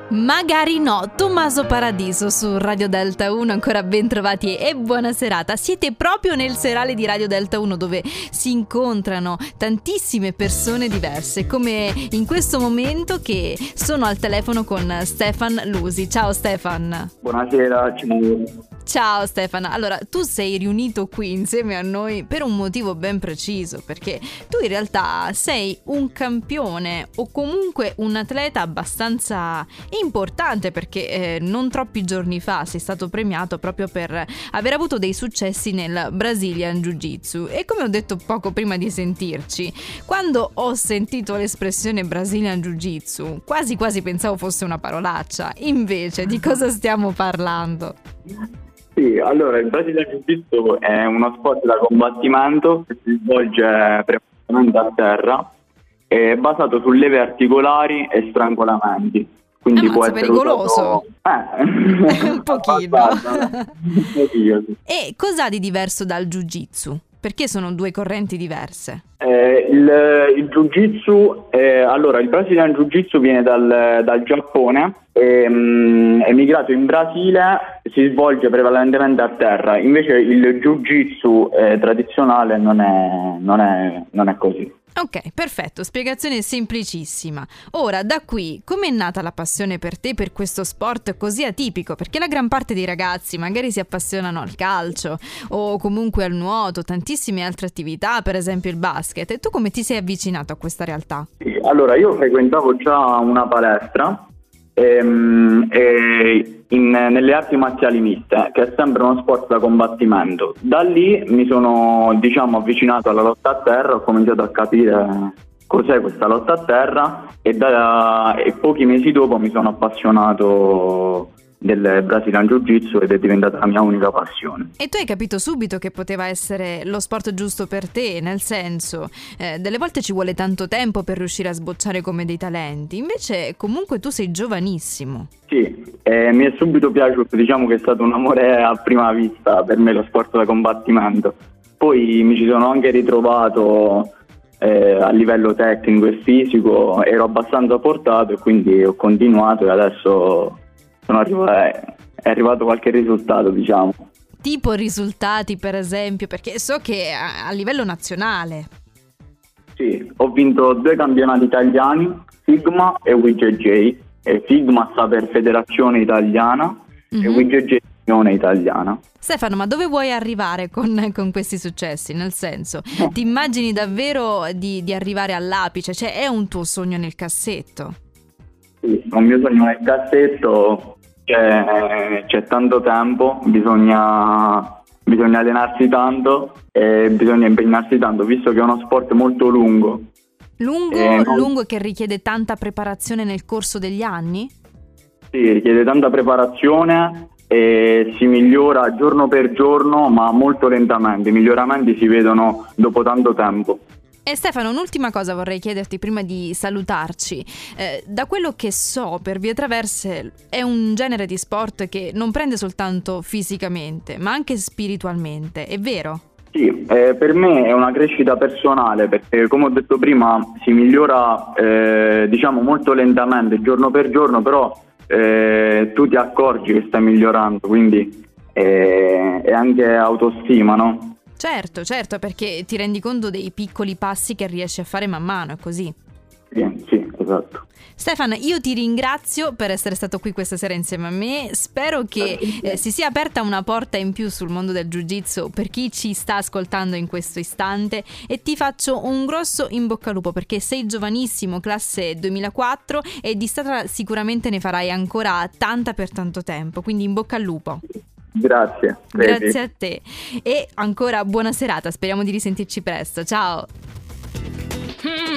Magari no, Tommaso Paradiso su Radio Delta 1, ancora ben trovati e buona serata. Siete proprio nel serale di Radio Delta 1 dove si incontrano tantissime persone diverse, come in questo momento che sono al telefono con Stefan Lusi. Ciao Stefan. Buonasera, ciao. Ciao Stefano, allora tu sei riunito qui insieme a noi per un motivo ben preciso, perché tu in realtà sei un campione o comunque un atleta abbastanza importante, perché non troppi giorni fa sei stato premiato proprio per aver avuto dei successi nel Brazilian Jiu-Jitsu. E come ho detto poco prima di sentirci, quando ho sentito l'espressione Brazilian Jiu-Jitsu quasi pensavo fosse una parolaccia. Invece di cosa stiamo parlando? Sì, allora il Brazilian Jiu-Jitsu è uno sport da combattimento che si svolge prevalentemente a terra, è basato su leve articolari e strangolamenti. Quindi può essere pericoloso. Un pochino. Un pochino, sì. E cos'ha di diverso dal Jiu-Jitsu? Perché sono due correnti diverse? Il Jiu-Jitsu, allora il Brazilian Jiu-Jitsu viene dal Giappone, è emigrato in Brasile, si svolge prevalentemente a terra, invece il Jiu-Jitsu tradizionale non è così. Ok, perfetto, spiegazione semplicissima. Ora, da qui, com'è nata la passione per te per questo sport così atipico? Perché la gran parte dei ragazzi magari si appassionano al calcio o comunque al nuoto, tantissime altre attività, per esempio il basket. E tu come ti sei avvicinato a questa realtà? Sì, allora io frequentavo già una palestra nelle arti marziali miste, che è sempre uno sport da combattimento. Da lì mi sono avvicinato alla lotta a terra, ho cominciato a capire cos'è questa lotta a terra e pochi mesi dopo mi sono appassionato del Brazilian Jiu-Jitsu ed è diventata la mia unica passione. E tu hai capito subito che poteva essere lo sport giusto per te, nel senso, delle volte ci vuole tanto tempo per riuscire a sbocciare come dei talenti, invece comunque tu sei giovanissimo. Sì, mi è subito piaciuto, diciamo che è stato un amore a prima vista per me lo sport da combattimento. Poi mi ci sono anche ritrovato a livello tecnico e fisico, ero abbastanza portato e quindi ho continuato e adesso è arrivato qualche risultato, diciamo. Tipo risultati, per esempio, perché so che a livello nazionale. Sì, ho vinto 2 campionati italiani, Sigma e WJJ. Sigma sta per Federazione Italiana e WJJ Unione Italiana. Stefano, ma dove vuoi arrivare con questi successi? Nel senso, ti immagini davvero di arrivare all'apice? Cioè, è un tuo sogno nel cassetto? Sì, è un mio sogno nel cassetto. C'è tanto tempo, bisogna allenarsi tanto e bisogna impegnarsi tanto, visto che è uno sport molto lungo. Lungo che richiede tanta preparazione nel corso degli anni? Sì, richiede tanta preparazione e si migliora giorno per giorno, ma molto lentamente. I miglioramenti si vedono dopo tanto tempo. E Stefano, un'ultima cosa vorrei chiederti prima di salutarci. Da quello che so, per vie traverse è un genere di sport che non prende soltanto fisicamente, ma anche spiritualmente, è vero? Sì, per me è una crescita personale, perché come ho detto prima si migliora molto lentamente, giorno per giorno, però tu ti accorgi che stai migliorando, quindi è anche autostima, no? Certo, perché ti rendi conto dei piccoli passi che riesci a fare man mano, è così? Sì, esatto. Stefano, io ti ringrazio per essere stato qui questa sera insieme a me. Spero che si sia aperta una porta in più sul mondo del Jiu-Jitsu per chi ci sta ascoltando in questo istante e ti faccio un grosso in bocca al lupo, perché sei giovanissimo, classe 2004, e di strada sicuramente ne farai ancora tanta per tanto tempo, quindi in bocca al lupo. Grazie. Grazie a te e ancora buona serata, speriamo di risentirci presto, ciao.